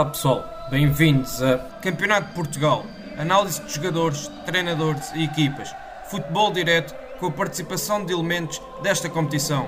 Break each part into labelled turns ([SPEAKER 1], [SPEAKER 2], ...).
[SPEAKER 1] Olá pessoal, bem-vindos a Campeonato de Portugal, análise de jogadores, treinadores e equipas, futebol direto com a participação de elementos desta competição.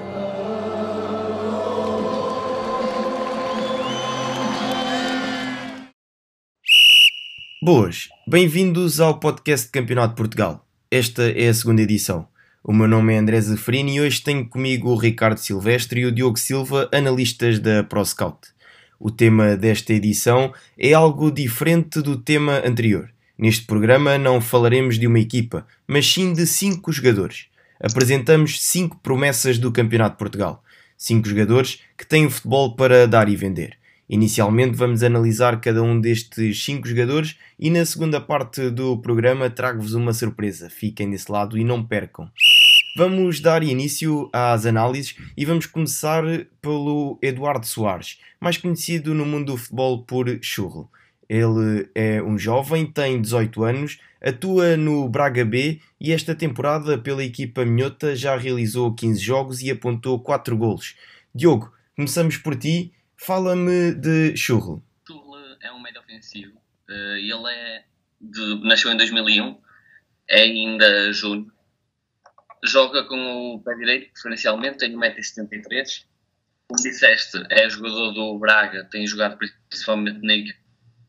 [SPEAKER 2] Boas, bem-vindos ao podcast de Campeonato de Portugal. Esta é a segunda edição. O meu nome é André Zaferini e hoje tenho comigo o Ricardo Silvestre e o Diogo Silva, analistas da ProScout. O tema desta edição é algo diferente do tema anterior. Neste programa não falaremos de uma equipa, mas sim de 5 jogadores. Apresentamos 5 promessas do Campeonato de Portugal. 5 jogadores que têm o futebol para dar e vender. Inicialmente vamos analisar cada um destes 5 jogadores e na segunda parte do programa trago-vos uma surpresa. Fiquem desse lado e não percam. Vamos dar início às análises e vamos começar pelo Eduardo Soares, mais conhecido no mundo do futebol por Churro. Ele é um jovem, tem 18 anos, atua no Braga B e esta temporada pela equipa minhota já realizou 15 jogos e apontou 4 golos. Diogo, começamos por ti. Fala-me de Churro.
[SPEAKER 3] Churro é um médio ofensivo. Nasceu em 2001, é ainda júnior. Joga com o pé direito, preferencialmente, tem 1,73 m. Como disseste, é jogador do Braga, tem jogado principalmente na equipa,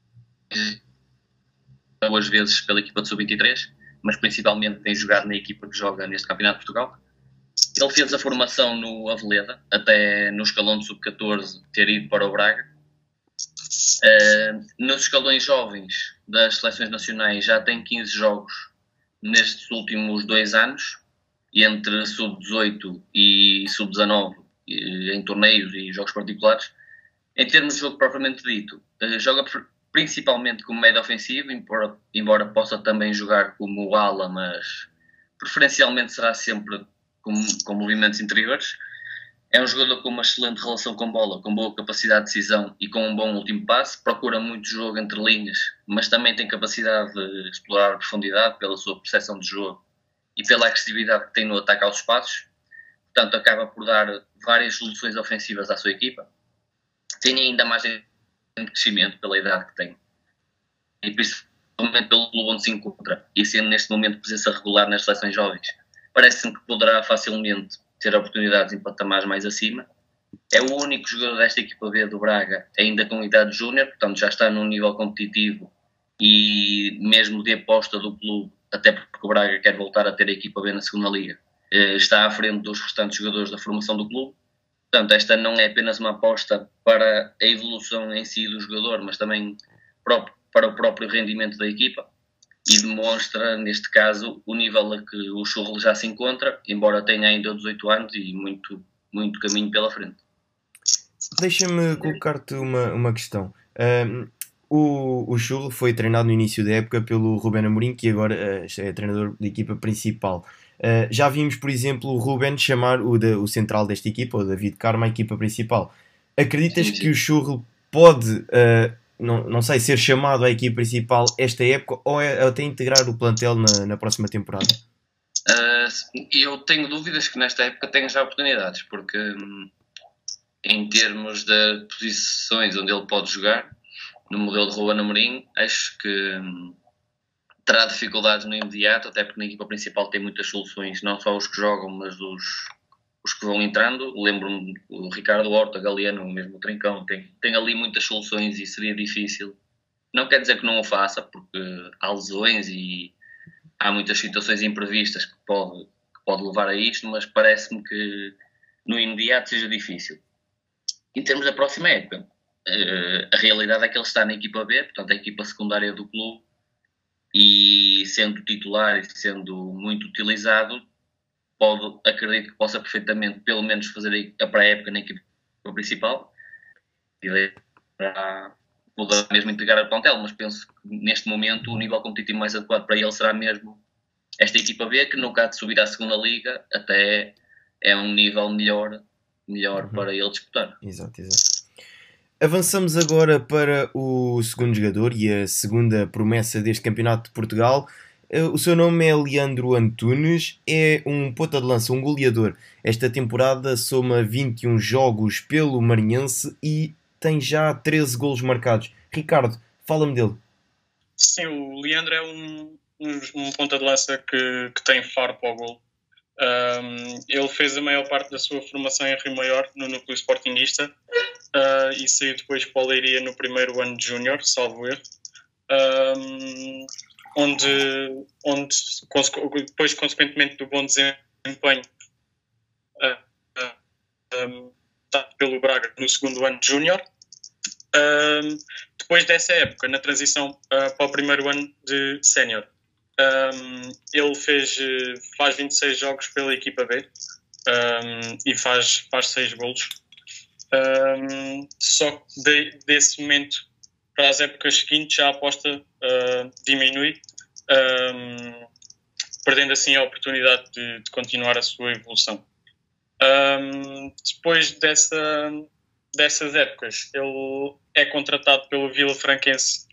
[SPEAKER 3] duas vezes pela equipa de sub-23, mas principalmente tem jogado na equipa que joga neste Campeonato de Portugal. Ele fez a formação no Aveleda, até no escalão de sub-14 ter ido para o Braga. Nos escalões jovens das seleções nacionais já tem 15 jogos nestes últimos 2 anos, e entre sub-18 e sub-19 em torneios e jogos particulares. Em termos de jogo propriamente dito, joga principalmente como médio ofensivo, embora possa também jogar como ala, mas preferencialmente será sempre com movimentos interiores. É um jogador com uma excelente relação com bola, com boa capacidade de decisão e com um bom último passe. Procura muito jogo entre linhas, mas também tem capacidade de explorar a profundidade pela sua percepção de jogo e pela agressividade que tem no ataque aos espaços. Portanto, acaba por dar várias soluções ofensivas à sua equipa. Tem ainda mais em crescimento pela idade que tem e principalmente pelo clube onde se encontra, e sendo neste momento presença regular nas seleções jovens, parece-me que poderá facilmente ter oportunidades em patamares mais acima. É o único jogador desta equipa B do Braga ainda com idade júnior, portanto já está num nível competitivo e mesmo de aposta do clube, até porque o Braga quer voltar a ter a equipa B na segunda liga. Está à frente dos restantes jogadores da formação do clube. Portanto, esta não é apenas uma aposta para a evolução em si do jogador, mas também para o próprio rendimento da equipa, e demonstra, neste caso, o nível a que o Churro já se encontra, embora tenha ainda 18 anos e muito, muito caminho pela frente.
[SPEAKER 2] Deixa-me colocar-te uma questão. O Churro foi treinado no início da época pelo Ruben Amorim, que agora é treinador da equipa principal. Já vimos, por exemplo, o Ruben chamar o central desta equipa, o David Carmo, a equipa principal. Acreditas
[SPEAKER 3] Sim.
[SPEAKER 2] que o Churro pode, não sei, ser chamado à equipa principal esta época ou até integrar o plantel na próxima temporada?
[SPEAKER 3] Eu tenho dúvidas que nesta época tenha já oportunidades, porque em termos de posições onde ele pode jogar, no modelo de Ruben Amorim, acho que terá dificuldades no imediato, até porque na equipa principal tem muitas soluções, não só os que jogam, mas os que vão entrando. Lembro-me do Ricardo Horta, Galeano, mesmo o Trincão, tem ali muitas soluções e seria difícil. Não quer dizer que não o faça, porque há lesões e há muitas situações imprevistas que pode levar a isto, mas parece-me que no imediato seja difícil. Em termos da próxima época, a realidade é que ele está na equipa B, portanto a equipa secundária do clube, e sendo titular e sendo muito utilizado, acredito que possa perfeitamente pelo menos fazer a pré-época na equipa principal e poder mesmo integrar o plantel, mas penso que neste momento o nível competitivo mais adequado para ele será mesmo esta equipa B, que no caso de subir à segunda liga até é um nível melhor para ele disputar.
[SPEAKER 2] Exato. Avançamos agora para o segundo jogador e a segunda promessa deste Campeonato de Portugal. O seu nome é Leandro Antunes, é um ponta de lança, um goleador. Esta temporada soma 21 jogos pelo Maranhense e tem já 13 golos marcados. Ricardo, fala-me dele.
[SPEAKER 4] Sim, o Leandro é um ponta de lança que tem faro para o gol. Ele fez a maior parte da sua formação em Rio Maior, no núcleo sportinguista, e saiu depois para o Leiria no primeiro ano de júnior, salvo erro, onde depois, consequentemente do bom desempenho, pelo Braga no segundo ano de júnior. Depois dessa época, na transição para o primeiro ano de sénior, ele faz 26 jogos pela equipa B e faz 6 golos. Só que desse momento para as épocas seguintes a aposta diminui, perdendo assim a oportunidade de continuar a sua evolução. Depois dessas épocas, ele é contratado pelo Vila Franquense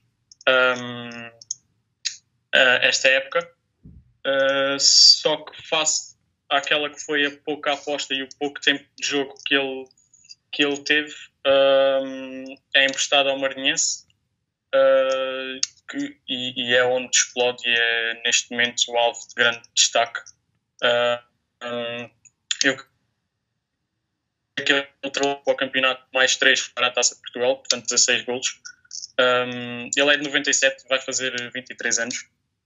[SPEAKER 4] esta época, só que face àquela que foi a pouca aposta e o pouco tempo de jogo que ele teve, é emprestado ao Marinhense, e é onde explode e é neste momento o alvo de grande destaque. Ele entrou para o campeonato mais 3 para a Taça de Portugal, portanto 16 golos. Ele é de 97, vai fazer 23 anos.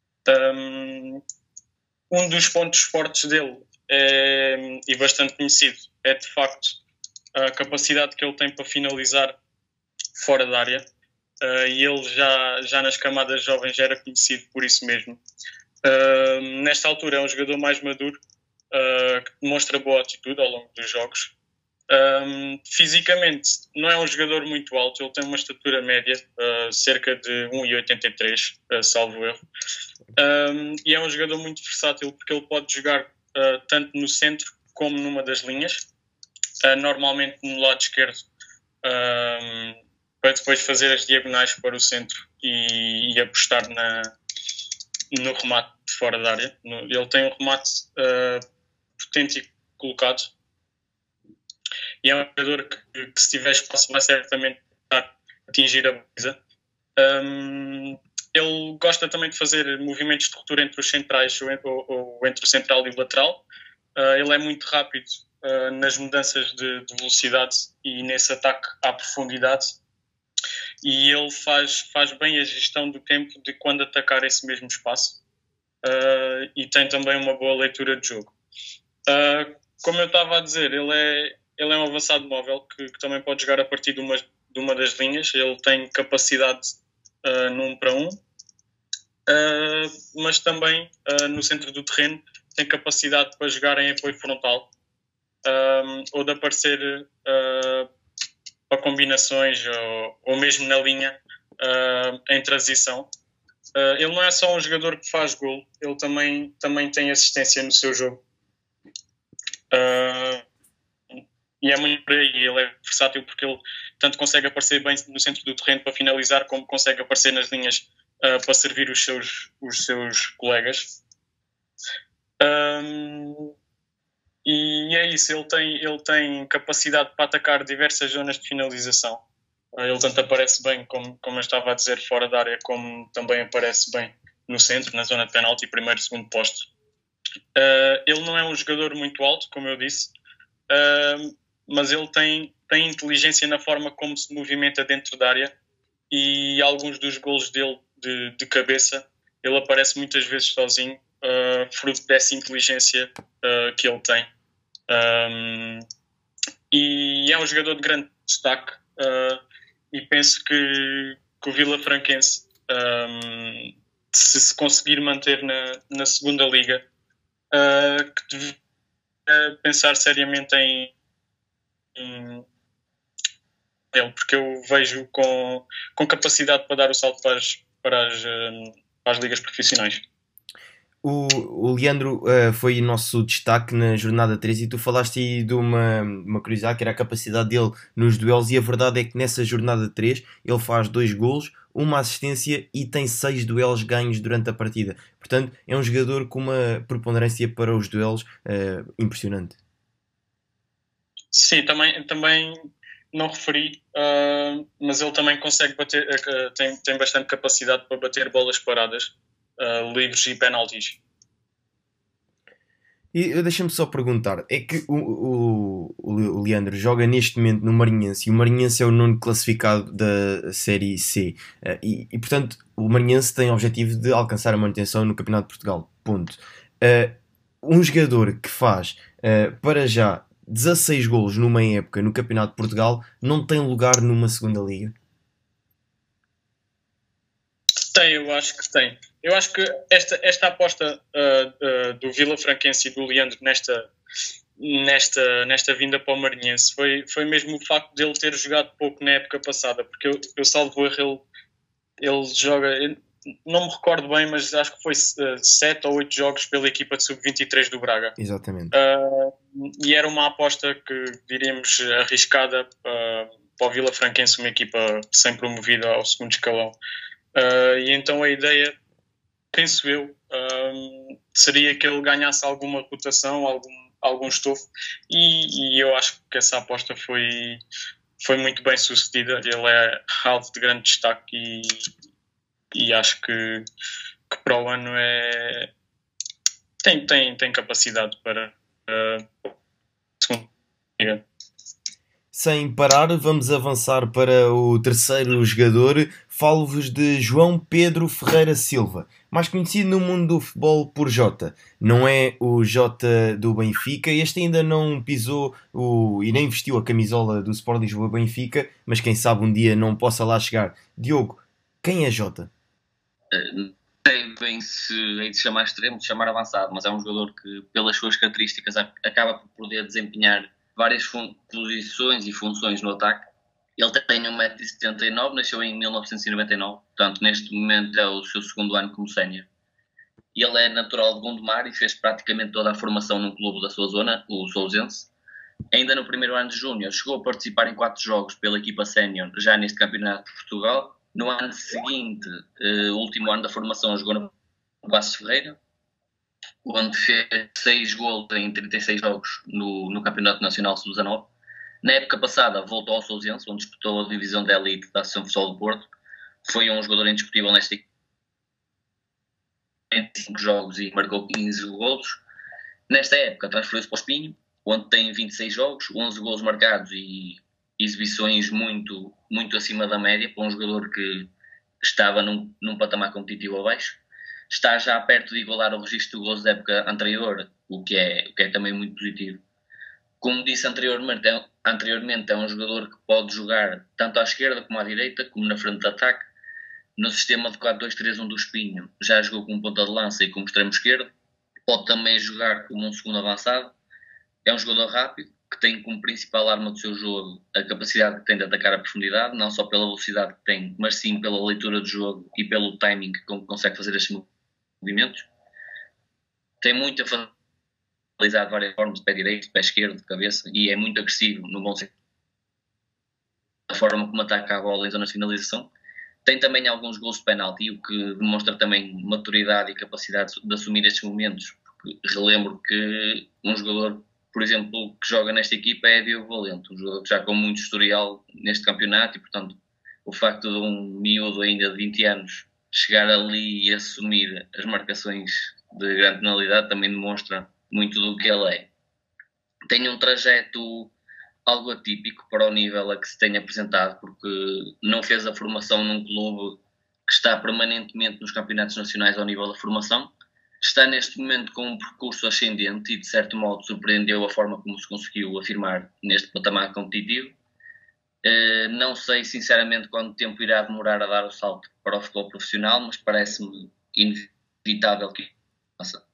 [SPEAKER 4] Um dos pontos fortes dele e bastante conhecido é de facto a capacidade que ele tem para finalizar fora da área, e ele já nas camadas jovens já era conhecido por isso mesmo. Nesta altura é um jogador mais maduro, que demonstra boa atitude ao longo dos jogos. Fisicamente não é um jogador muito alto, ele tem uma estatura média, cerca de 1,83, salvo erro, e é um jogador muito versátil porque ele pode jogar tanto no centro como numa das linhas, normalmente no lado esquerdo, para depois fazer as diagonais para o centro e apostar no remate de fora da área. Ele tem um remate potente e colocado, e é um jogador que se tiver espaço vai certamente atingir a baliza. Ele gosta também de fazer movimentos de ruptura entre os centrais ou entre o central e o lateral. Ele é muito rápido nas mudanças de velocidade e nesse ataque à profundidade, e ele faz bem a gestão do tempo de quando atacar esse mesmo espaço, e tem também uma boa leitura de jogo. Como eu estava a dizer, ele é um avançado móvel que também pode jogar a partir de uma das linhas. Ele tem capacidade no 1 para 1, mas também no centro do terreno tem capacidade para jogar em apoio frontal, ou de aparecer para combinações ou mesmo na linha, em transição. Ele não é só um jogador que faz golo, ele também tem assistência no seu jogo. E é muito por aí, ele é versátil porque ele tanto consegue aparecer bem no centro do terreno para finalizar, como consegue aparecer nas linhas para servir os seus colegas. E é isso, ele tem capacidade para atacar diversas zonas de finalização. Ele tanto aparece bem, como eu estava a dizer, fora da área, como também aparece bem no centro, na zona de penalti, primeiro e segundo posto. Ele não é um jogador muito alto, como eu disse, mas ele tem inteligência na forma como se movimenta dentro da área, e alguns dos golos dele de cabeça, ele aparece muitas vezes sozinho, fruto dessa inteligência que ele tem. E é um jogador de grande destaque, e penso que o Vila Franquense, se conseguir manter na segunda liga, que deve pensar seriamente em ele, porque eu vejo com capacidade para dar o salto para as ligas profissionais.
[SPEAKER 2] O Leandro foi nosso destaque na jornada 3, e tu falaste aí de uma curiosidade, que era a capacidade dele nos duelos, e a verdade é que nessa jornada 3 ele faz 2 golos, uma assistência e tem 6 duelos ganhos durante a partida. Portanto, é um jogador com uma preponderância para os duelos impressionante.
[SPEAKER 4] Sim, também não referi, mas ele também consegue bater, tem bastante capacidade para bater bolas paradas, livres e penaltis.
[SPEAKER 2] E deixa-me só perguntar, é que o Leandro joga neste momento no Marinhense e o Marinhense é o nono classificado da Série C e portanto o Marinhense tem o objetivo de alcançar a manutenção no Campeonato de Portugal, ponto. Um jogador que faz para já 16 golos numa época no Campeonato de Portugal não tem lugar numa segunda liga?
[SPEAKER 4] Tem, eu acho que tem. Eu acho que esta aposta do Vila Franquense e do Leandro nesta vinda para o Marinhense foi mesmo o facto de ele ter jogado pouco na época passada, porque eu salvo erro, ele joga, não me recordo bem, mas acho que foi 7 ou 8 jogos pela equipa de sub-23 do Braga.
[SPEAKER 2] Exatamente.
[SPEAKER 4] E era uma aposta que diríamos arriscada para o Vila Franquense, uma equipa sem promovida ao segundo escalão. E então a ideia, penso eu, seria que ele ganhasse alguma rotação, algum estofo, e eu acho que essa aposta foi muito bem sucedida. Ele é alvo de grande destaque e acho que para o ano tem capacidade para segundo.
[SPEAKER 2] Sem parar, vamos avançar para o terceiro jogador. Falo-vos de João Pedro Ferreira Silva, mais conhecido no mundo do futebol por Jota. Não é o Jota do Benfica, este ainda não pisou e nem vestiu a camisola do Sport Lisboa Benfica, mas quem sabe um dia não possa lá chegar. Diogo, quem é Jota?
[SPEAKER 3] Não sei bem se hei de chamar extremo, de chamar avançado, mas é um jogador que, pelas suas características, acaba por poder desempenhar várias posições e funções no ataque. Ele tem 1,79m, nasceu em 1999, portanto neste momento é o seu segundo ano como sénior. Ele é natural de Gondomar e fez praticamente toda a formação num clube da sua zona, o Sousense. Ainda no primeiro ano de júnior chegou a participar em 4 jogos pela equipa sénior, já neste campeonato de Portugal. No ano seguinte, o último ano da formação, jogou no Passos Ferreira, onde fez 6 gols em 36 jogos no Campeonato Nacional Sub-19. Na época passada voltou ao Sousense, onde disputou a divisão de elite da Associação Futebol do Porto. Foi um jogador indiscutível nesta equipe, 25 jogos e marcou 15 golos. Nesta época transferiu-se para o Espinho, onde tem 26 jogos, 11 golos marcados e exibições muito, muito acima da média para um jogador que estava num patamar competitivo abaixo. Está já perto de igualar o registro de gols da época anterior, o que é também muito positivo. Como disse anteriormente, é um jogador que pode jogar tanto à esquerda como à direita, como na frente de ataque. No sistema de 4-2-3-1 do Espinho, já jogou como ponta de lança e como extremo esquerdo. Pode também jogar como um segundo avançado. É um jogador rápido, que tem como principal arma do seu jogo a capacidade que tem de atacar a profundidade, não só pela velocidade que tem, mas sim pela leitura do jogo e pelo timing com que consegue fazer estes movimentos. Tem muita facilidade de várias formas, de pé direito, de pé esquerdo, de cabeça, e é muito agressivo no bom sentido. A forma como ataca a bola em zonas de finalização. Tem também alguns gols de penalti, o que demonstra também maturidade e capacidade de assumir estes momentos. Porque relembro que um jogador, por exemplo, que joga nesta equipa é Diogo Valente, um jogador que já com muito historial neste campeonato, e portanto o facto de um miúdo ainda de 20 anos chegar ali e assumir as marcações de grande penalidade também demonstra muito do que ele é. Tem um trajeto algo atípico para o nível a que se tem apresentado, porque não fez a formação num clube que está permanentemente nos campeonatos nacionais ao nível da formação. Está neste momento com um percurso ascendente e, de certo modo, surpreendeu a forma como se conseguiu afirmar neste patamar competitivo. Não sei, sinceramente, quanto tempo irá demorar a dar o salto para o futebol profissional, mas parece-me inevitável que faça.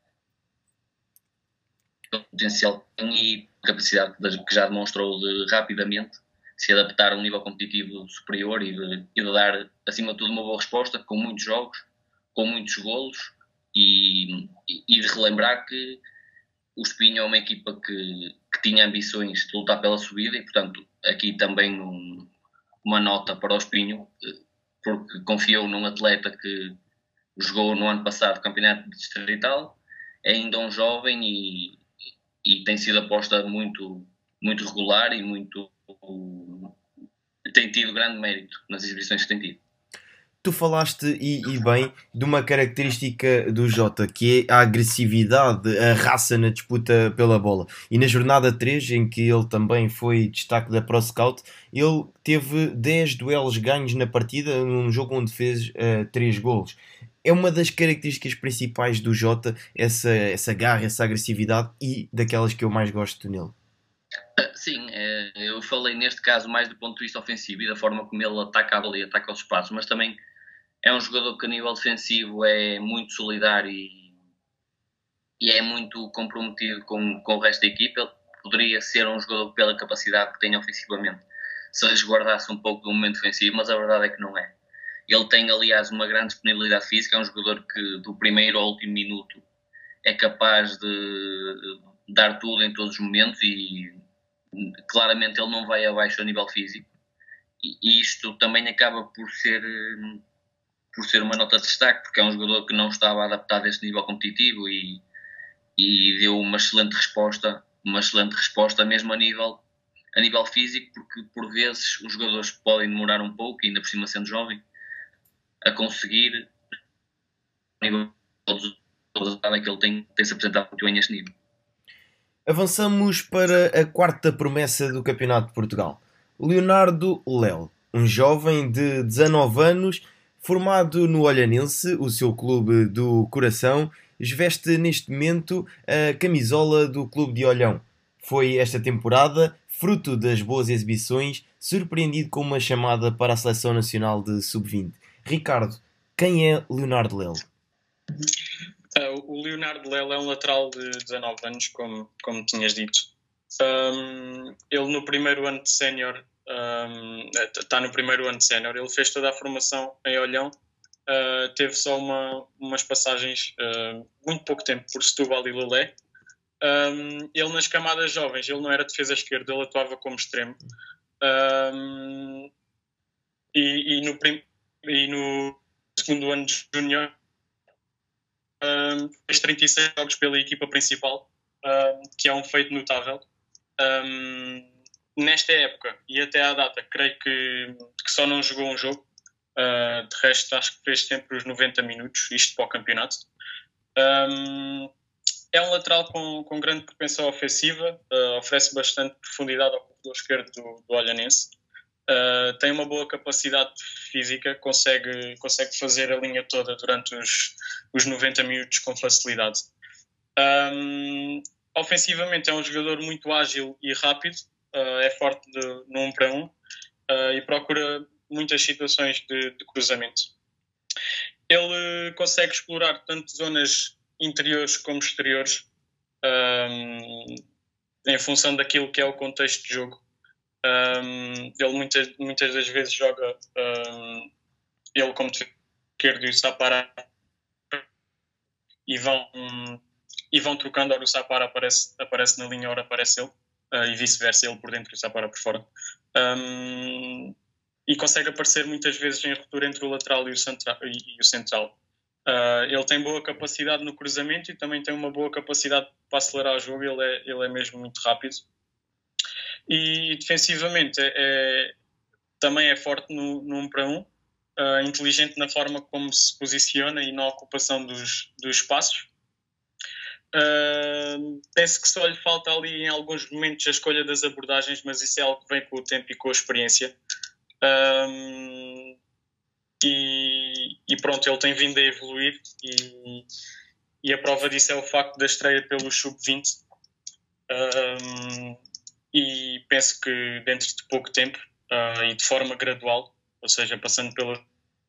[SPEAKER 3] O potencial e capacidade que já demonstrou de rapidamente se adaptar a um nível competitivo superior e de dar, acima de tudo, uma boa resposta, com muitos jogos, com muitos golos, e de relembrar que o Espinho é uma equipa que tinha ambições de lutar pela subida, e portanto aqui também uma nota para o Espinho, porque confiou num atleta que jogou no ano passado o campeonato distrital, é ainda um jovem e tem sido aposta muito, muito regular e muito tem tido grande mérito nas exibições que tem tido.
[SPEAKER 2] Tu falaste, e bem, de uma característica do Jota, que é a agressividade, a raça na disputa pela bola. E na jornada 3, em que ele também foi destaque da Pro Scout, ele teve 10 duelos ganhos na partida, num jogo onde fez 3 golos. É uma das características principais do Jota, essa garra, essa agressividade, e daquelas que eu mais gosto nele.
[SPEAKER 3] Sim, eu falei neste caso mais do ponto de vista ofensivo e da forma como ele ataca a bola e ataca os espaços, mas também é um jogador que a nível defensivo é muito solidário e é muito comprometido com o resto da equipa. Ele poderia ser um jogador pela capacidade que tem ofensivamente, se resguardasse um pouco do momento defensivo, mas a verdade é que não é. Ele tem, aliás, uma grande disponibilidade física, é um jogador que do primeiro ao último minuto é capaz de dar tudo em todos os momentos e claramente ele não vai abaixo a nível físico. E isto também acaba por ser uma nota de destaque, porque é um jogador que não estava adaptado a este nível competitivo e deu uma excelente resposta mesmo a nível físico, porque por vezes os jogadores podem demorar um pouco, ainda por cima sendo jovem, a conseguir que ele tem-se apresentado muito bem neste nível.
[SPEAKER 2] Avançamos para a quarta promessa do Campeonato de Portugal. Leonardo Lel, um jovem de 19 anos, formado no Olhanense, o seu clube do coração, veste neste momento a camisola do clube de Olhão. Foi esta temporada, fruto das boas exibições, surpreendido com uma chamada para a Seleção Nacional de Sub-20. Ricardo, quem é Leonardo Lel?
[SPEAKER 4] O Leonardo Lel é um lateral de 19 anos, como tinhas dito. Ele no primeiro ano de sénior, está no primeiro ano de sénior, ele fez toda a formação em Olhão, teve só umas passagens, muito pouco tempo, por Setúbal e Lolé. Ele nas camadas jovens, ele não era defesa esquerda, ele atuava como extremo. E no segundo ano de júnior, fez 36 jogos pela equipa principal, que é um feito notável. Nesta época e até à data, creio que só não jogou um jogo. De resto, acho que fez sempre os 90 minutos, isto para o campeonato. É um lateral com grande propensão ofensiva, oferece bastante profundidade ao corredor esquerdo do Olhanense. Tem uma boa capacidade física, consegue fazer a linha toda durante os 90 minutos com facilidade. Ofensivamente é um jogador muito ágil e rápido, é forte no 1 para 1 e procura muitas situações de cruzamento. Ele consegue explorar tanto zonas interiores como exteriores, em função daquilo que é o contexto de jogo. Ele muitas das vezes joga ele como esquerdo e o Sapara e vão trocando, ora o Sapara aparece na linha, ora aparece ele, e vice-versa, ele por dentro e o Sapara por fora. E consegue aparecer muitas vezes em ruptura entre o lateral e o central. Ele tem boa capacidade no cruzamento e também tem uma boa capacidade para acelerar o jogo, ele é mesmo muito rápido. E defensivamente também é forte no 1 para 1, inteligente na forma como se posiciona e na ocupação dos espaços. Penso que só lhe falta ali em alguns momentos a escolha das abordagens, mas isso é algo que vem com o tempo e com a experiência. E pronto, ele tem vindo a evoluir e a prova disso é o facto da estreia pelo Sub-20. E penso que dentro de pouco tempo e de forma gradual, ou seja, passando pela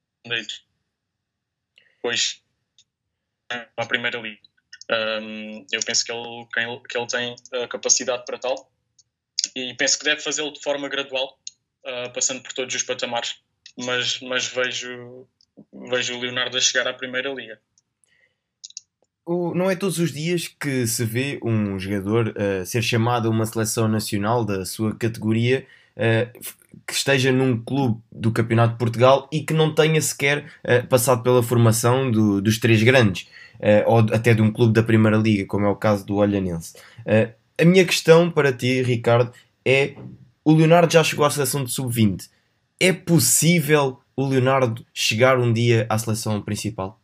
[SPEAKER 4] depois para a Primeira Liga, eu penso que ele tem a capacidade para tal e penso que deve fazê-lo de forma gradual, passando por todos os patamares, mas vejo o Leonardo a chegar à Primeira Liga.
[SPEAKER 2] Não é todos os dias que se vê um jogador ser chamado a uma seleção nacional da sua categoria, que esteja num clube do Campeonato de Portugal e que não tenha sequer passado pela formação dos três grandes, ou até de um clube da Primeira Liga, como é o caso do Olhanense. A minha questão para ti, Ricardo, é: o Leonardo já chegou à seleção de Sub-20. É possível o Leonardo chegar um dia à seleção principal?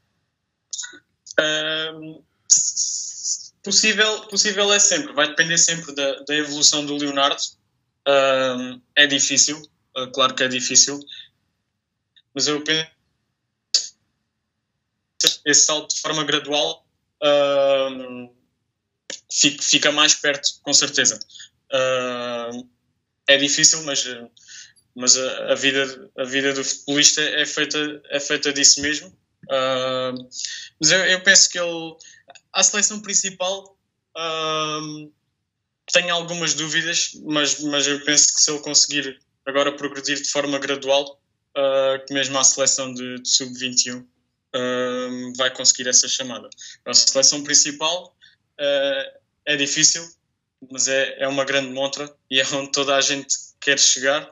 [SPEAKER 4] Possível é sempre, vai depender sempre da evolução do Leonardo. É difícil, claro que é difícil, mas eu penso que esse salto de forma gradual fica mais perto, com certeza. É difícil, mas a vida do futebolista é feita disso mesmo. Mas eu penso que a seleção principal tem algumas dúvidas, mas eu penso que se ele conseguir agora progredir de forma gradual, que mesmo a seleção de sub-21 vai conseguir essa chamada. A seleção principal é difícil, mas é uma grande montra e é onde toda a gente quer chegar.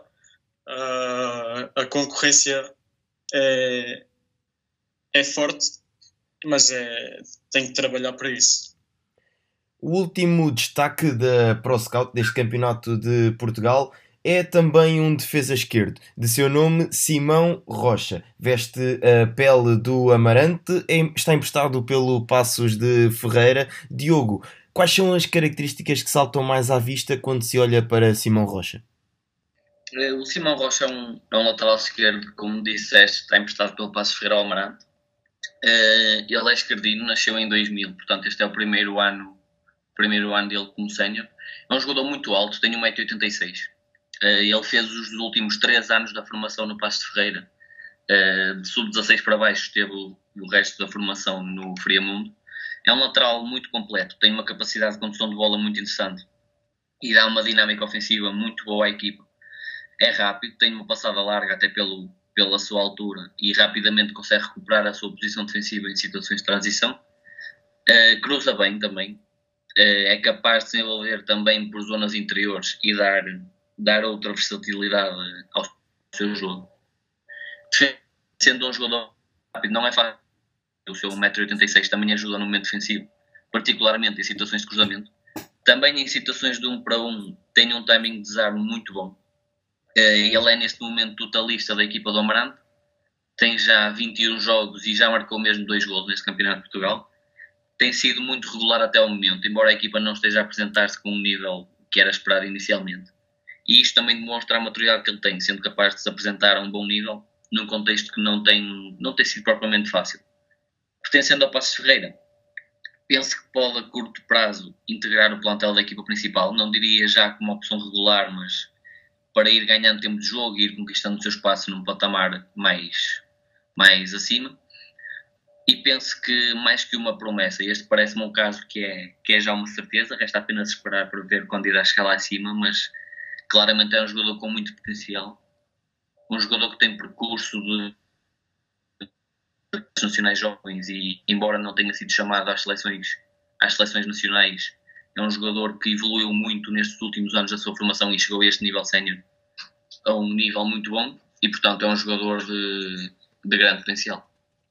[SPEAKER 4] A concorrência é forte, mas tem que trabalhar para isso.
[SPEAKER 2] O último destaque da ProScout deste campeonato de Portugal é também um defesa esquerdo, de seu nome Simão Rocha. Veste a pele do Amarante, está emprestado pelo Passos de Ferreira. Diogo, quais são as características que saltam mais à vista quando se olha para Simão Rocha?
[SPEAKER 3] O Simão Rocha é um lateral esquerdo, como disseste, está emprestado pelo Passos Ferreira ao Amarante. Ele é esquerdino, nasceu em 2000, portanto este é o primeiro ano dele como sénior. É um jogador muito alto, tem 1,86 m. Ele fez os últimos 3 anos da formação no Passos de Ferreira. De sub-16 para baixo teve o resto da formação no Friamundo. É um lateral muito completo, tem uma capacidade de condução de bola muito interessante e dá uma dinâmica ofensiva muito boa à equipa. É rápido, tem uma passada larga até pela sua altura e rapidamente consegue recuperar a sua posição defensiva em situações de transição. Cruza bem também, é capaz de se envolver também por zonas interiores e dar outra versatilidade ao seu jogo. Sendo um jogador rápido, não é fácil. O seu 1,86 m também ajuda no momento defensivo, particularmente em situações de cruzamento. Também em situações de 1 para 1 tem um timing de desarme muito bom. Ele é neste momento totalista da equipa do Amarante, tem já 21 jogos e já marcou mesmo 2 gols neste Campeonato de Portugal. Tem sido muito regular até o momento, embora a equipa não esteja a apresentar-se com um nível que era esperado inicialmente. E isto também demonstra a maturidade que ele tem, sendo capaz de se apresentar a um bom nível num contexto que não tem sido propriamente fácil. Pertencendo ao Passos Ferreira, penso que pode a curto prazo integrar o plantel da equipa principal, não diria já como opção regular, mas para ir ganhando tempo de jogo e ir conquistando o seu espaço num patamar mais acima. E penso que mais que uma promessa, este parece-me um caso que é já uma certeza, resta apenas esperar para ver quando irá chegar lá acima, mas claramente é um jogador com muito potencial, um jogador que tem percurso de nacionais jovens e, embora não tenha sido chamado às seleções nacionais, é um jogador que evoluiu muito nestes últimos anos da sua formação e chegou a este nível sénior a um nível muito bom e, portanto, é um jogador de grande potencial.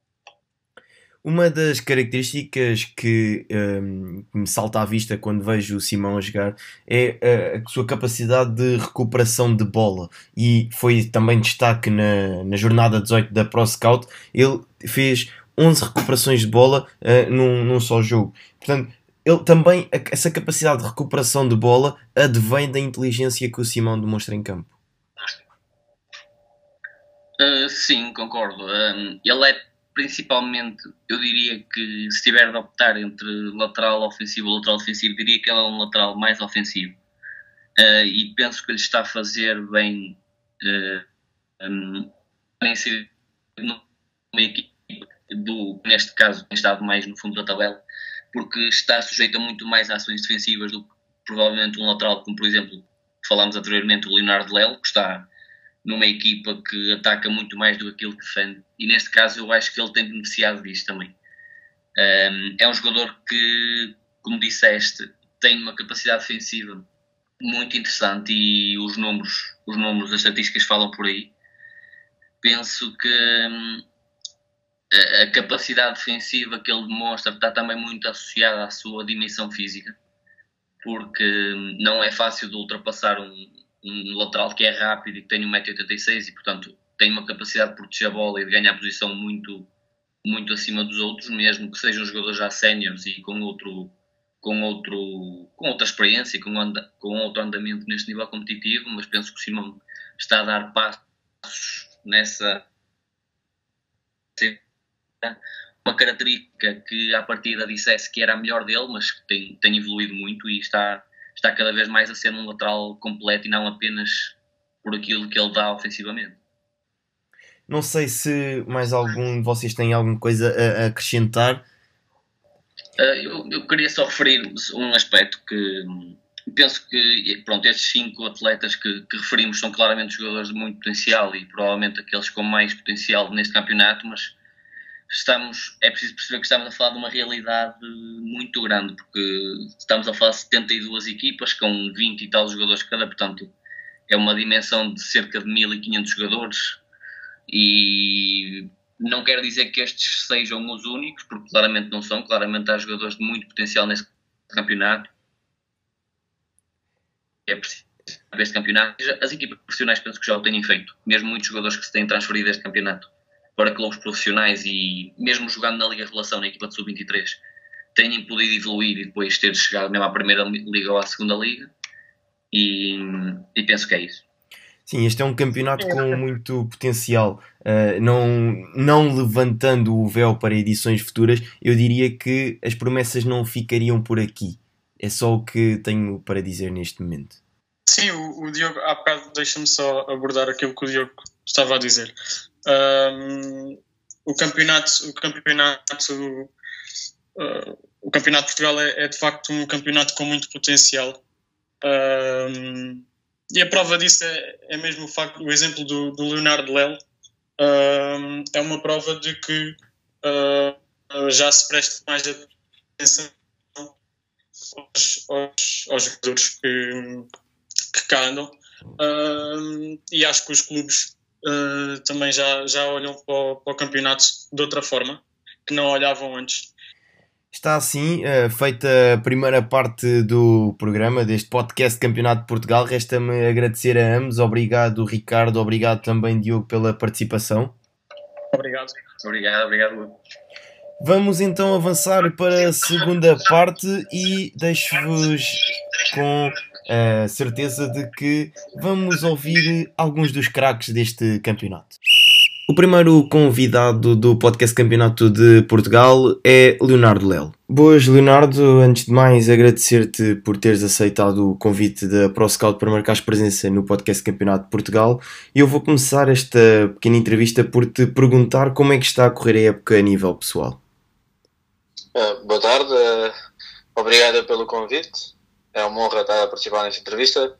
[SPEAKER 2] Uma das características que me salta à vista quando vejo o Simão a jogar é a sua capacidade de recuperação de bola, e foi também destaque na jornada 18 da ProScout. Ele fez 11 recuperações de bola num só jogo. Portanto, ele também, essa capacidade de recuperação de bola advém da inteligência que o Simão demonstra em campo.
[SPEAKER 3] Sim, concordo. Ele é principalmente, eu diria que se tiver de optar entre lateral ofensivo e lateral defensivo, diria que ele é um lateral mais ofensivo. E penso que ele está a fazer bem ser numa equipe neste caso tem estado mais no fundo da tabela, porque está sujeito a muito mais ações defensivas do que provavelmente um lateral como, por exemplo, falámos anteriormente, o Leonardo Lelo, que está numa equipa que ataca muito mais do que aquilo que defende, e neste caso eu acho que ele tem beneficiado disto também. É um jogador que, como disseste, tem uma capacidade defensiva muito interessante e os números, as estatísticas falam por aí. Penso que a capacidade defensiva que ele demonstra está também muito associada à sua dimensão física, porque não é fácil de ultrapassar um lateral que é rápido e que tem 1,86m e, portanto, tem uma capacidade de proteger a bola e de ganhar posição muito, muito acima dos outros, mesmo que sejam jogadores já séniores e com outra experiência, com outro andamento neste nível competitivo, mas penso que o Simão está a dar passos nessa uma característica que à partida dissesse que era a melhor dele, mas que tem evoluído muito e está cada vez mais a ser um lateral completo e não apenas por aquilo que ele dá ofensivamente.
[SPEAKER 2] Não sei se mais algum de vocês tem alguma coisa a acrescentar.
[SPEAKER 3] Eu queria só referir um aspecto que penso que, pronto, estes 5 atletas que referimos são claramente jogadores de muito potencial e provavelmente aqueles com mais potencial neste campeonato, mas é preciso perceber que estamos a falar de uma realidade muito grande, porque estamos a falar de 72 equipas com 20 e tal jogadores cada, portanto é uma dimensão de cerca de 1.500 jogadores e não quero dizer que estes sejam os únicos, porque claramente não são, claramente há jogadores de muito potencial neste campeonato. É preciso ver este campeonato. As equipas profissionais penso que já o têm feito, mesmo muitos jogadores que se têm transferido deste campeonato para clubes profissionais e mesmo jogando na Liga Revelação, na equipa de Sub-23, têm podido evoluir e depois ter chegado mesmo à primeira liga ou à segunda liga e penso que é isso.
[SPEAKER 2] Sim, este é um campeonato com muito potencial. Não levantando o véu para edições futuras, eu diria que as promessas não ficariam por aqui. É só o que tenho para dizer neste momento. Sim,
[SPEAKER 4] o Diogo, há bocado, deixa-me só abordar aquilo que o Diogo estava a dizer. O campeonato de Portugal é de facto um campeonato com muito potencial. E a prova disso é mesmo o exemplo do Leonardo Lelo. É uma prova de que já se presta mais atenção aos jogadores que cá andam. E acho que os clubes também já olham para o campeonato de outra forma, que não olhavam antes.
[SPEAKER 2] Está assim feita a primeira parte do programa, deste podcast Campeonato de Portugal. Resta-me agradecer a ambos. Obrigado, Ricardo. Obrigado também, Diogo, pela participação.
[SPEAKER 3] Obrigado.
[SPEAKER 2] Vamos então avançar para a segunda parte e deixo-vos com a certeza de que vamos ouvir alguns dos craques deste campeonato. O primeiro convidado do podcast Campeonato de Portugal é Leonardo Lelo. Boas, Leonardo. Antes de mais, agradecer-te por teres aceitado o convite da ProScout para marcares presença no podcast Campeonato de Portugal. E eu vou começar esta pequena entrevista por te perguntar como é que está a correr a época a nível pessoal.
[SPEAKER 5] Boa tarde. Obrigado pelo convite. É uma honra estar a participar nesta entrevista.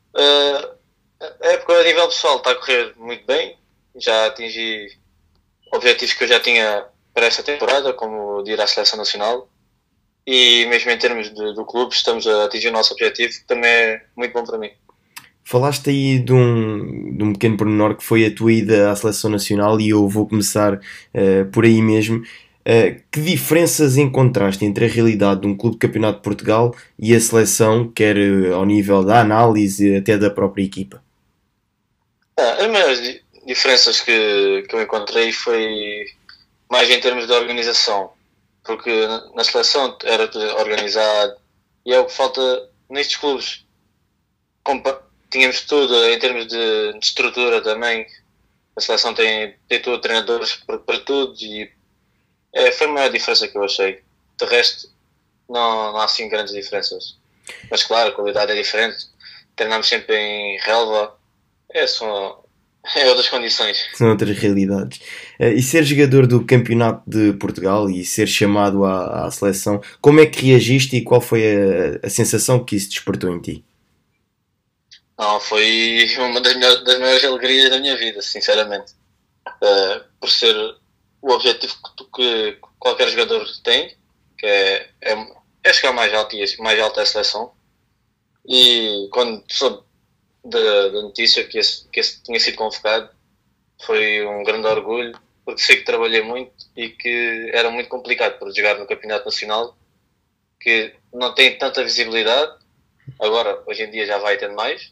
[SPEAKER 5] A época a nível pessoal está a correr muito bem. Já atingi objetivos que eu já tinha para esta temporada, como de ir à Seleção Nacional. E mesmo em termos do clube, estamos a atingir o nosso objetivo, que também é muito bom para mim.
[SPEAKER 2] Falaste aí de um pequeno pormenor que foi a tua ida à Seleção Nacional e eu vou começar por aí mesmo. Que diferenças encontraste entre a realidade de um clube de Campeonato de Portugal e a seleção, quer ao nível da análise até da própria equipa?
[SPEAKER 5] As maiores diferenças que eu encontrei foi mais em termos de organização, porque na seleção era tudo organizado e é o que falta nestes clubes. Tínhamos tudo em termos de estrutura também. A seleção tem tudo, treinadores para tudo e foi a maior diferença que eu achei. De resto, não há assim grandes diferenças. Mas claro, a qualidade é diferente. Treinamos sempre em relva. São outras condições.
[SPEAKER 2] São outras realidades. E ser jogador do Campeonato de Portugal e ser chamado à seleção, como é que reagiste e qual foi a sensação que isso despertou em ti?
[SPEAKER 5] Não, foi uma das maiores alegrias da minha vida, sinceramente. Por ser o objetivo que qualquer jogador tem, que é chegar mais alto e mais alto à seleção. E quando soube da notícia que esse tinha sido convocado, foi um grande orgulho, porque sei que trabalhei muito e que era muito complicado para jogar no Campeonato Nacional, que não tem tanta visibilidade. Agora, hoje em dia já vai tendo mais,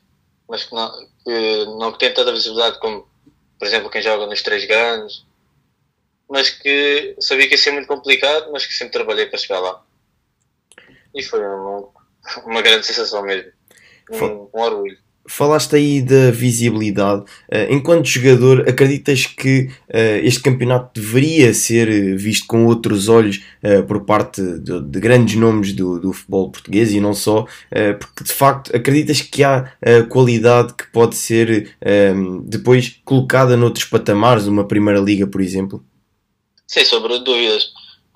[SPEAKER 5] mas que não tem tanta visibilidade como, por exemplo, quem joga nos três grandes, mas que sabia que ia ser muito complicado, mas que sempre trabalhei para chegar lá. E foi uma grande sensação mesmo, um orgulho.
[SPEAKER 2] Falaste aí da visibilidade. Enquanto jogador, acreditas que este campeonato deveria ser visto com outros olhos por parte de grandes nomes do futebol português e não só? Porque de facto acreditas que há qualidade que pode ser depois colocada noutros patamares, uma Primeira Liga, por exemplo?
[SPEAKER 5] Sem sombra de dúvidas.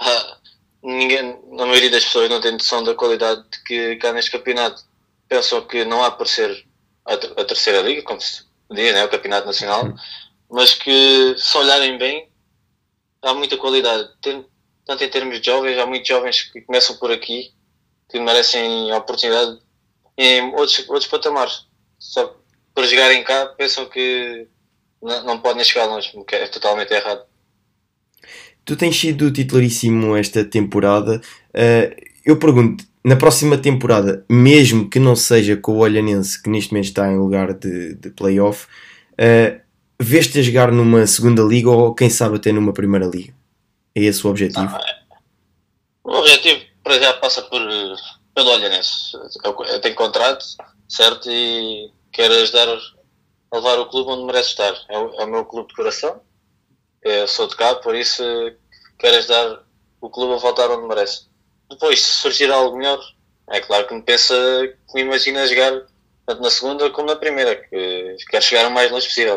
[SPEAKER 5] A maioria das pessoas não tem noção da qualidade que há neste campeonato. Pensam que não há por ser a terceira liga, como se diz, né, o campeonato nacional, mas que se olharem bem, há muita qualidade. Tanto em termos de jovens, há muitos jovens que começam por aqui, que merecem a oportunidade em outros patamares. Só por jogarem cá, pensam que não podem chegar longe, o que é totalmente errado.
[SPEAKER 2] Tu tens sido titularíssimo esta temporada. Eu pergunto, na próxima temporada, mesmo que não seja com o Olhanense, que neste momento está em lugar de play-off, vês-te a jogar numa segunda liga ou quem sabe até numa primeira liga? É esse o objetivo?
[SPEAKER 5] O objetivo para já passa pelo Olhanense. Eu tenho contrato, certo? E quero ajudar a levar o clube onde merece estar. É o meu clube de coração. Eu sou de cá, por isso quero ajudar o clube a voltar onde merece. Depois, se surgir algo melhor, é claro que me imagina jogar tanto na segunda como na primeira, que quero chegar o mais longe possível.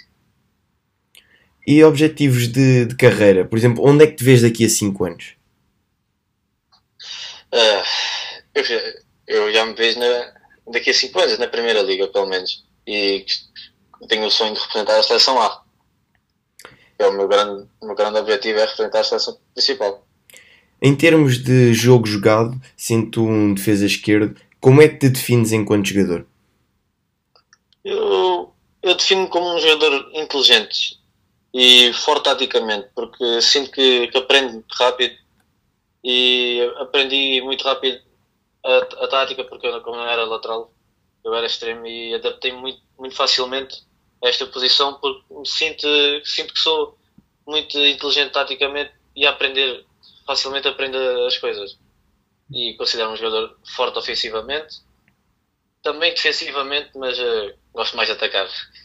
[SPEAKER 2] E objetivos de carreira? Por exemplo, onde é que te vês daqui a 5 anos?
[SPEAKER 5] Eu já me vejo daqui a 5 anos, na Primeira Liga, pelo menos. E tenho o sonho de representar a seleção A. O meu grande objetivo é representar a seleção principal.
[SPEAKER 2] Em termos de jogo jogado, sendo tu um defesa esquerdo, como é que te defines enquanto jogador?
[SPEAKER 5] Eu defino-me como um jogador inteligente e forte taticamente, porque sinto que aprendo rápido e aprendi muito rápido a tática, porque como eu era lateral, eu era extremo e adaptei-me muito, muito facilmente a esta posição, porque sinto que sou muito inteligente taticamente e facilmente aprendo as coisas. E considero um jogador forte ofensivamente, também defensivamente, mas gosto mais de atacar.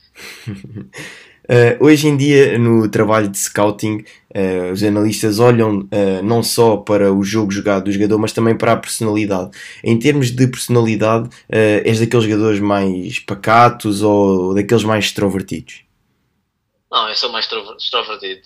[SPEAKER 2] Hoje em dia, no trabalho de scouting, os analistas olham não só para o jogo jogado do jogador, mas também para a personalidade. Em termos de personalidade, és daqueles jogadores mais pacatos ou daqueles mais extrovertidos?
[SPEAKER 5] Não, eu sou mais extrovertido.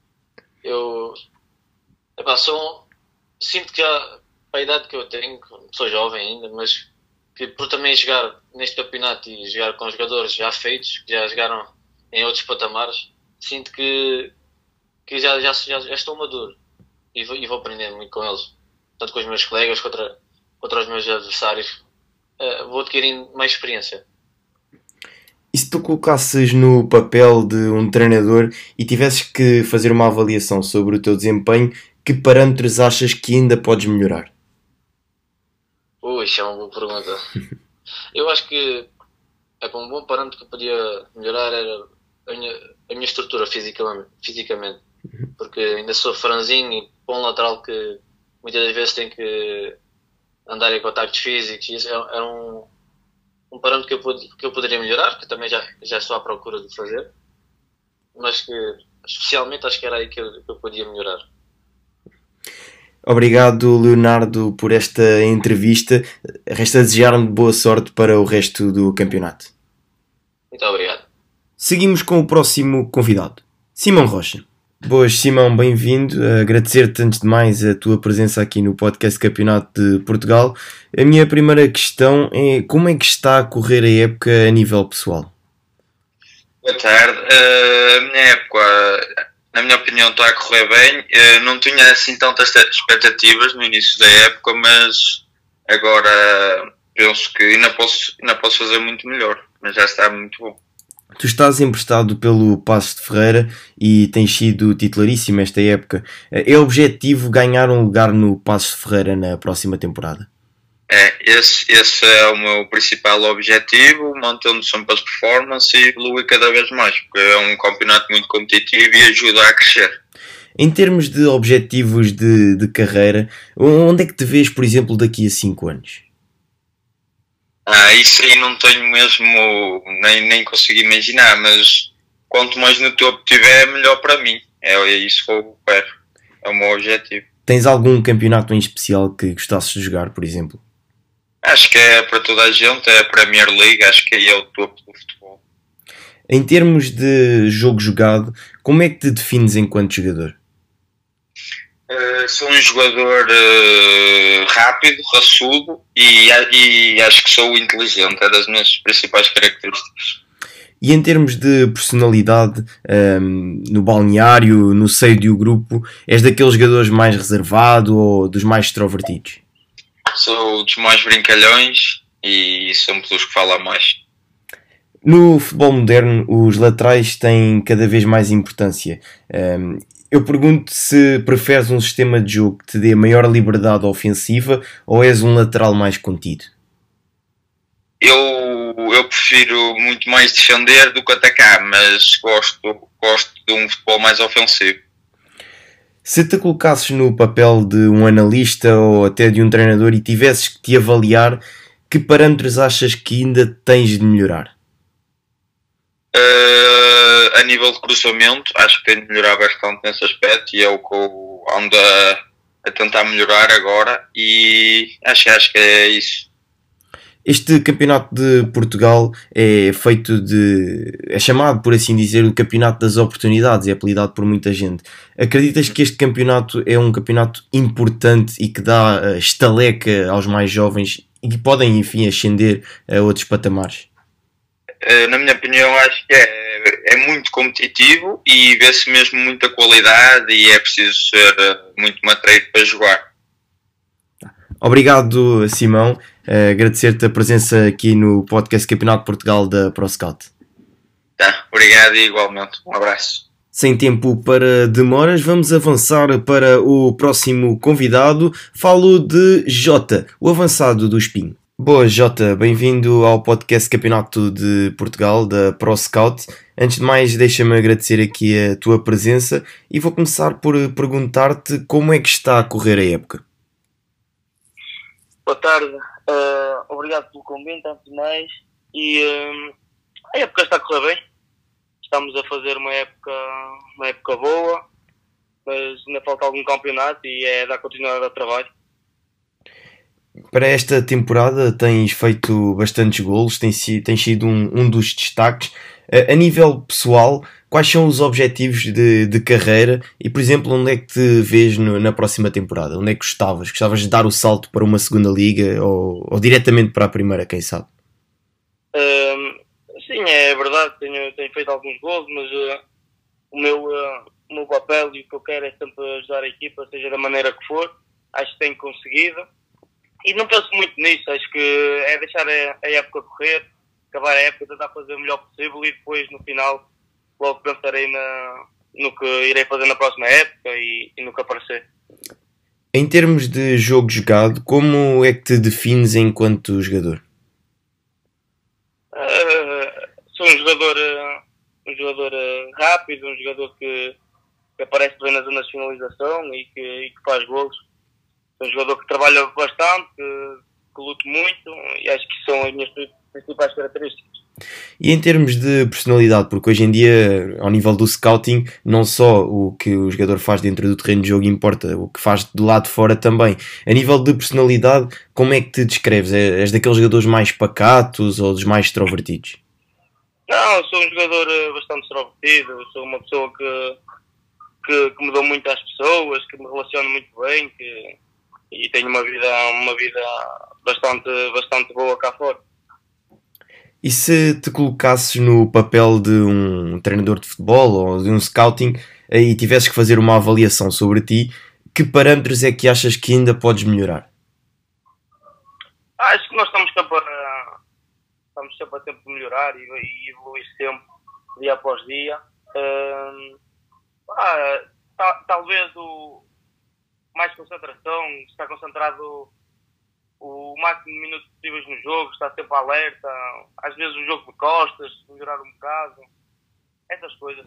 [SPEAKER 5] Sinto que para a idade que eu tenho, sou jovem ainda, mas que por também jogar neste campeonato e jogar com jogadores já feitos, que já jogaram em outros patamares, sinto que já estou maduro e vou aprendendo muito com eles, tanto com os meus colegas contra os meus adversários. Vou adquirindo mais experiência.
[SPEAKER 2] E se tu colocasses no papel de um treinador e tivesses que fazer uma avaliação sobre o teu desempenho, que parâmetros achas que ainda podes melhorar?
[SPEAKER 5] Isso é uma boa pergunta. Eu acho que um bom parâmetro que eu podia melhorar era a minha estrutura fisicamente. Porque ainda sou franzino e para um lateral que muitas das vezes tem que andar em contactos físicos, isso era um parâmetro que eu poderia melhorar, que também já estou à procura de fazer, mas que especialmente acho que era aí que eu podia melhorar.
[SPEAKER 2] Obrigado, Leonardo, por esta entrevista. Resta desejar-me boa sorte para o resto do campeonato.
[SPEAKER 5] Muito obrigado.
[SPEAKER 2] Seguimos com o próximo convidado, Simão Rocha. Boas, Simão, bem-vindo. Agradecer-te antes de mais a tua presença aqui no podcast Campeonato de Portugal. A minha primeira questão é como é que está a correr a época a nível pessoal?
[SPEAKER 6] Boa tarde. A minha época, na minha opinião, está a correr bem. Não tinha assim tantas expectativas no início da época, mas agora penso que ainda posso fazer muito melhor, mas já está muito bom.
[SPEAKER 2] Tu estás emprestado pelo Passos de Ferreira e tens sido titularíssimo esta época. É objetivo ganhar um lugar no Passos de Ferreira na próxima temporada?
[SPEAKER 6] Esse é o meu principal objetivo, mantendo sempre as performances e evoluir cada vez mais, porque é um campeonato muito competitivo e ajuda a crescer.
[SPEAKER 2] Em termos de objetivos de carreira, onde é que te vês, por exemplo, daqui a 5 anos?
[SPEAKER 6] Isso aí não tenho mesmo, nem consigo imaginar, mas quanto mais no topo tiver, melhor para mim. É isso que eu quero, é o meu objetivo.
[SPEAKER 2] Tens algum campeonato em especial que gostasses de jogar, por exemplo?
[SPEAKER 6] Acho que é para toda a gente, é a Premier League, acho que aí é o topo do futebol.
[SPEAKER 2] Em termos de jogo jogado, como é que te defines enquanto jogador?
[SPEAKER 6] Sou um jogador rápido, raçudo e acho que sou inteligente, é das minhas principais características.
[SPEAKER 2] E em termos de personalidade, no balneário, no seio de um grupo, és daqueles jogadores mais reservado ou dos mais extrovertidos?
[SPEAKER 6] Sou dos mais brincalhões e somos dos que falam mais.
[SPEAKER 2] No futebol moderno, os laterais têm cada vez mais importância. Eu pergunto se preferes um sistema de jogo que te dê maior liberdade ofensiva ou és um lateral mais contido?
[SPEAKER 6] Eu prefiro muito mais defender do que atacar, mas gosto de um futebol mais ofensivo.
[SPEAKER 2] Se te colocasses no papel de um analista ou até de um treinador e tivesses que te avaliar, que parâmetros achas que ainda tens de melhorar?
[SPEAKER 6] A nível de cruzamento, acho que tenho de melhorar bastante nesse aspecto e é o que eu ando a tentar melhorar agora e acho que é isso.
[SPEAKER 2] Este campeonato de Portugal é é chamado, por assim dizer, o campeonato das oportunidades, é apelidado por muita gente. Acreditas que este campeonato é um campeonato importante e que dá estaleca aos mais jovens e que podem, enfim, ascender a outros patamares?
[SPEAKER 6] Na minha opinião, acho que é muito competitivo e vê-se mesmo muita qualidade e é preciso ser muito matreiro para jogar.
[SPEAKER 2] Obrigado, Simão. Agradecer-te a presença aqui no podcast Campeonato de Portugal da ProScout.
[SPEAKER 6] Tá, obrigado e igualmente. Um abraço.
[SPEAKER 2] Sem tempo para demoras, vamos avançar para o próximo convidado. Falo de Jota, o avançado do Espinho. Boa, Jota, bem-vindo ao podcast Campeonato de Portugal da ProScout. Antes de mais, deixa-me agradecer aqui a tua presença e vou começar por perguntar-te como é que está a correr a época.
[SPEAKER 7] Boa tarde, obrigado pelo convite, antes de mais. E a época está a correr bem. Estamos a fazer uma época boa, mas ainda falta algum campeonato e é dar continuidade ao trabalho.
[SPEAKER 2] Para esta temporada tens feito bastantes golos, tens sido um dos destaques. A nível pessoal, quais são os objetivos de carreira e, por exemplo, onde é que te vês na próxima temporada? Onde é que gostavas? Gostavas de dar o salto para uma segunda liga ou diretamente para a primeira, quem sabe?
[SPEAKER 7] Sim, é verdade, tenho feito alguns gols, mas o meu papel e o que eu quero é sempre ajudar a equipa, seja da maneira que for. Acho que tenho conseguido. E não penso muito nisso, acho que é deixar a época correr, acabar a época, tentar fazer o melhor possível e depois no final logo pensarei no que irei fazer na próxima época e no que aparecer.
[SPEAKER 2] Em termos de jogo jogado, como é que te defines enquanto jogador?
[SPEAKER 7] Sou um jogador rápido, um jogador que aparece bem na zona de finalização e que faz golos. Sou um jogador que trabalha bastante, que luto muito e acho que são as minhas principais características.
[SPEAKER 2] E em termos de personalidade, porque hoje em dia, ao nível do scouting, não só o que o jogador faz dentro do terreno de jogo importa, o que faz do lado de fora também. A nível de personalidade, como é que te descreves? És daqueles jogadores mais pacatos ou dos mais extrovertidos?
[SPEAKER 7] Não, sou um jogador bastante extrovertido, sou uma pessoa que me dou muito às pessoas, que me relaciono muito bem e tenho uma vida bastante boa cá fora.
[SPEAKER 2] E se te colocasses no papel de um treinador de futebol ou de um scouting e tivesses que fazer uma avaliação sobre ti, que parâmetros é que achas que ainda podes melhorar?
[SPEAKER 7] Acho que nós estamos sempre a tempo de melhorar e evoluir sempre, dia após dia. Talvez o mais concentração, estar concentrado o máximo de minutos possíveis no jogo, estar sempre alerta, às vezes o jogo de costas, melhorar um bocado, essas coisas.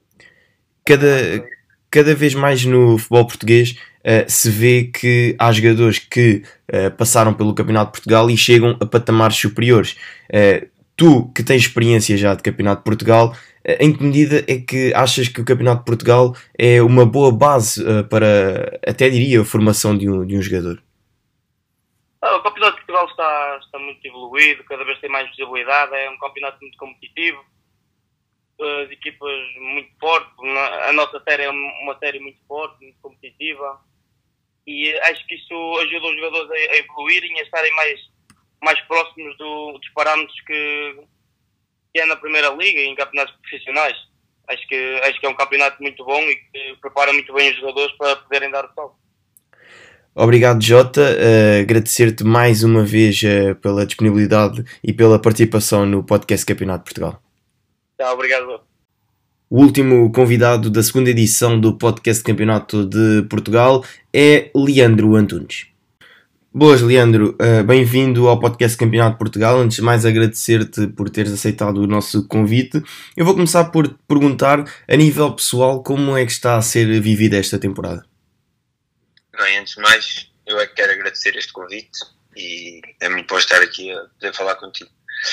[SPEAKER 2] Cada vez mais no futebol português se vê que há jogadores que passaram pelo Campeonato de Portugal e chegam a patamares superiores. Tu, que tens experiência já de Campeonato de Portugal, em que medida é que achas que o Campeonato de Portugal é uma boa base para, até diria, a formação de um jogador?
[SPEAKER 7] O Campeonato de Portugal está muito evoluído, cada vez tem mais visibilidade, é um campeonato muito competitivo, as equipas muito fortes, a nossa série é uma série muito forte, muito competitiva, e acho que isso ajuda os jogadores a evoluírem, a estarem mais próximos dos parâmetros que é na Primeira Liga e em campeonatos profissionais. Acho que é um campeonato muito bom e que prepara muito bem os jogadores para poderem dar o salto.
[SPEAKER 2] Obrigado, Jota. Agradecer-te mais uma vez pela disponibilidade e pela participação no podcast Campeonato de Portugal.
[SPEAKER 7] Obrigado.
[SPEAKER 2] O último convidado da segunda edição do podcast Campeonato de Portugal é Leandro Antunes. Boas, Leandro. Bem-vindo ao podcast Campeonato de Portugal. Antes de mais, agradecer-te por teres aceitado o nosso convite. Eu vou começar por te perguntar, a nível pessoal, como é que está a ser vivida esta temporada?
[SPEAKER 6] Bem, antes de mais, eu é que quero agradecer este convite e é muito bom estar aqui a poder falar contigo.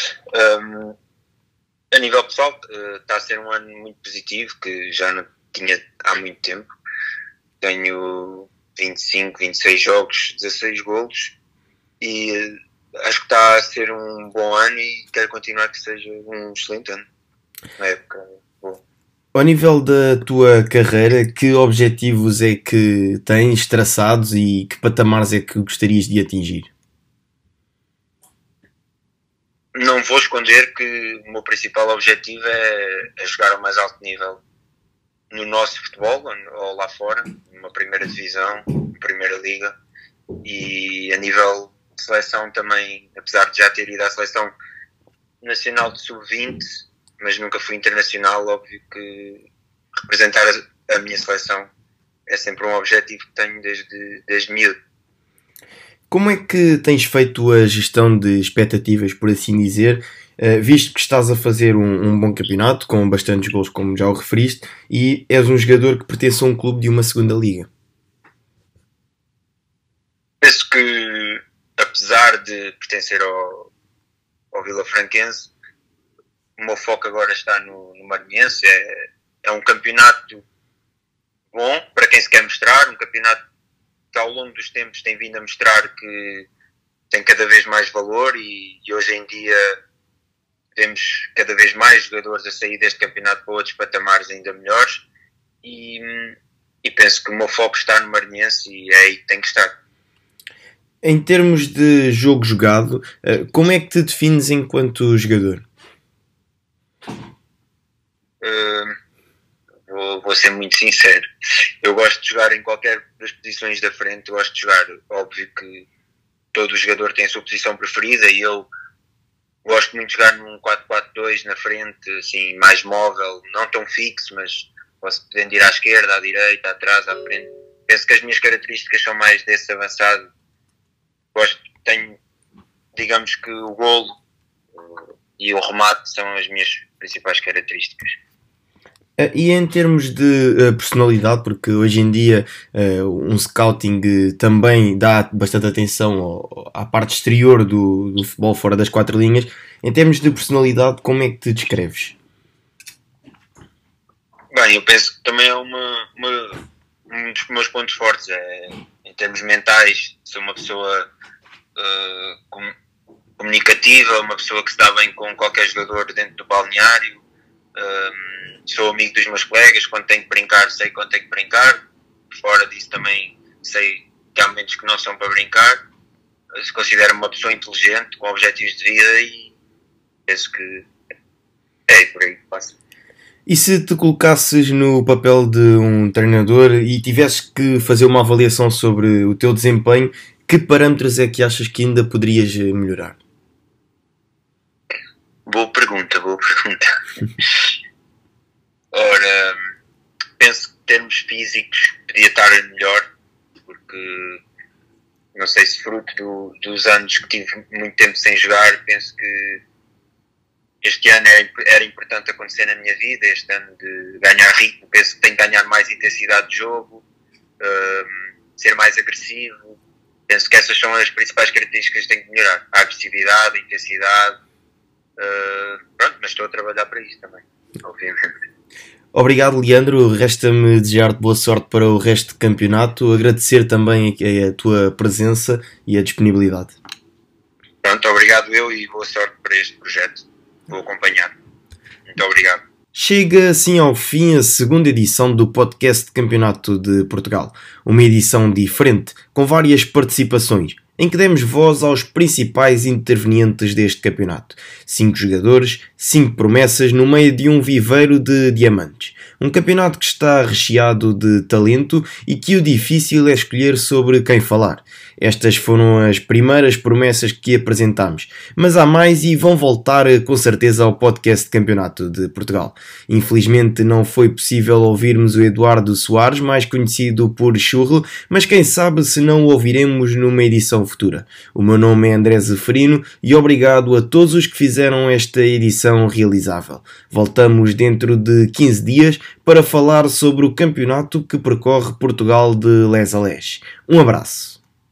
[SPEAKER 6] A nível pessoal, está a ser um ano muito positivo, que já não tinha há muito tempo. Tenho 25, 26 jogos, 16 golos e acho que está a ser um bom ano e quero continuar que seja um excelente ano. Uma época boa.
[SPEAKER 2] Ao nível da tua carreira, que objetivos é que tens traçados e que patamares é que gostarias de atingir?
[SPEAKER 6] Não vou esconder que o meu principal objetivo é jogar ao mais alto nível no nosso futebol, ou lá fora, numa primeira divisão, primeira liga, e a nível de seleção também, apesar de já ter ido à seleção nacional de sub-20, mas nunca fui internacional, óbvio que representar a minha seleção é sempre um objetivo que tenho desde miúdo.
[SPEAKER 2] Como é que tens feito a gestão de expectativas, por assim dizer, visto que estás a fazer um bom campeonato, com bastantes gols, como já o referiste, e és um jogador que pertence a um clube de uma segunda liga?
[SPEAKER 6] Penso que, apesar de pertencer ao Vilafranquense, o meu foco agora está no Maranhense. É um campeonato bom para quem se quer mostrar, um campeonato que ao longo dos tempos tem vindo a mostrar que tem cada vez mais valor e hoje em dia vemos cada vez mais jogadores a sair deste campeonato para outros patamares ainda melhores e penso que o meu foco está no Maranhense e é aí que tem que estar.
[SPEAKER 2] Em termos de jogo jogado, como é que te defines enquanto jogador?
[SPEAKER 6] Vou ser muito sincero. Eu gosto de jogar em qualquer das posições da frente. Eu gosto de jogar, óbvio que todo jogador tem a sua posição preferida e eu gosto muito de jogar num 4-4-2 na frente, assim, mais móvel, não tão fixo, mas posso podendo ir à esquerda, à direita, atrás, à frente. Penso que as minhas características são mais desse avançado. Tenho, digamos que o golo e o remate são as minhas principais características.
[SPEAKER 2] E em termos de personalidade, porque hoje em dia um scouting também dá bastante atenção à parte exterior do futebol fora das quatro linhas, em termos de personalidade, como é que te descreves?
[SPEAKER 6] Bem, eu penso que também é um dos meus pontos fortes, em termos mentais, sou uma pessoa comunicativa, uma pessoa que se dá bem com qualquer jogador dentro do balneário. Sou amigo dos meus colegas, quando tenho que brincar sei quando tenho que brincar, fora disso também sei que há momentos que não são para brincar. Se considero uma pessoa inteligente, com objetivos de vida e penso que é por aí que passa.
[SPEAKER 2] E se te colocasses no papel de um treinador e tivesses que fazer uma avaliação sobre o teu desempenho, que parâmetros é que achas que ainda poderias melhorar?
[SPEAKER 6] Boa pergunta. Ora, penso que em termos físicos podia estar melhor, porque não sei se fruto dos anos que tive muito tempo sem jogar, penso que este ano era importante acontecer na minha vida, este ano de ganhar ritmo, penso que tenho que ganhar mais intensidade de jogo, ser mais agressivo. Penso que essas são as principais características que tenho que melhorar. A agressividade, a intensidade. Pronto, mas estou a trabalhar para isso também, obviamente.
[SPEAKER 2] Obrigado, Leandro. Resta-me desejar-te boa sorte para o resto do campeonato. Agradecer também a tua presença e a disponibilidade.
[SPEAKER 6] Pronto, obrigado eu e boa sorte para este projeto. Vou acompanhar. Muito obrigado.
[SPEAKER 2] Chega assim ao fim a segunda edição do podcast de Campeonato de Portugal. Uma edição diferente, com várias participações, em que demos voz aos principais intervenientes deste campeonato. 5 jogadores, 5 promessas no meio de um viveiro de diamantes. Um campeonato que está recheado de talento e que o difícil é escolher sobre quem falar. Estas foram as primeiras promessas que apresentámos, mas há mais e vão voltar com certeza ao podcast de Campeonato de Portugal. Infelizmente não foi possível ouvirmos o Eduardo Soares, mais conhecido por Churro, mas quem sabe se não o ouviremos numa edição futura. O meu nome é André Zeferino e obrigado a todos os que fizeram esta edição realizável. Voltamos dentro de 15 dias para falar sobre o campeonato que percorre Portugal de les a les. Um abraço.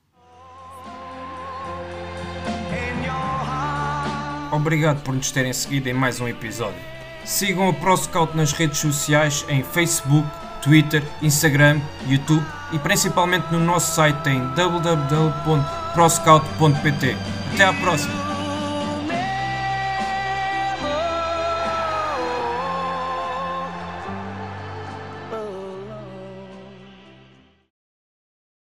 [SPEAKER 1] Obrigado por nos terem seguido em mais um episódio. Sigam a ProScout nas redes sociais em Facebook, Twitter, Instagram, YouTube e principalmente no nosso site em www.proscout.pt. Até à próxima!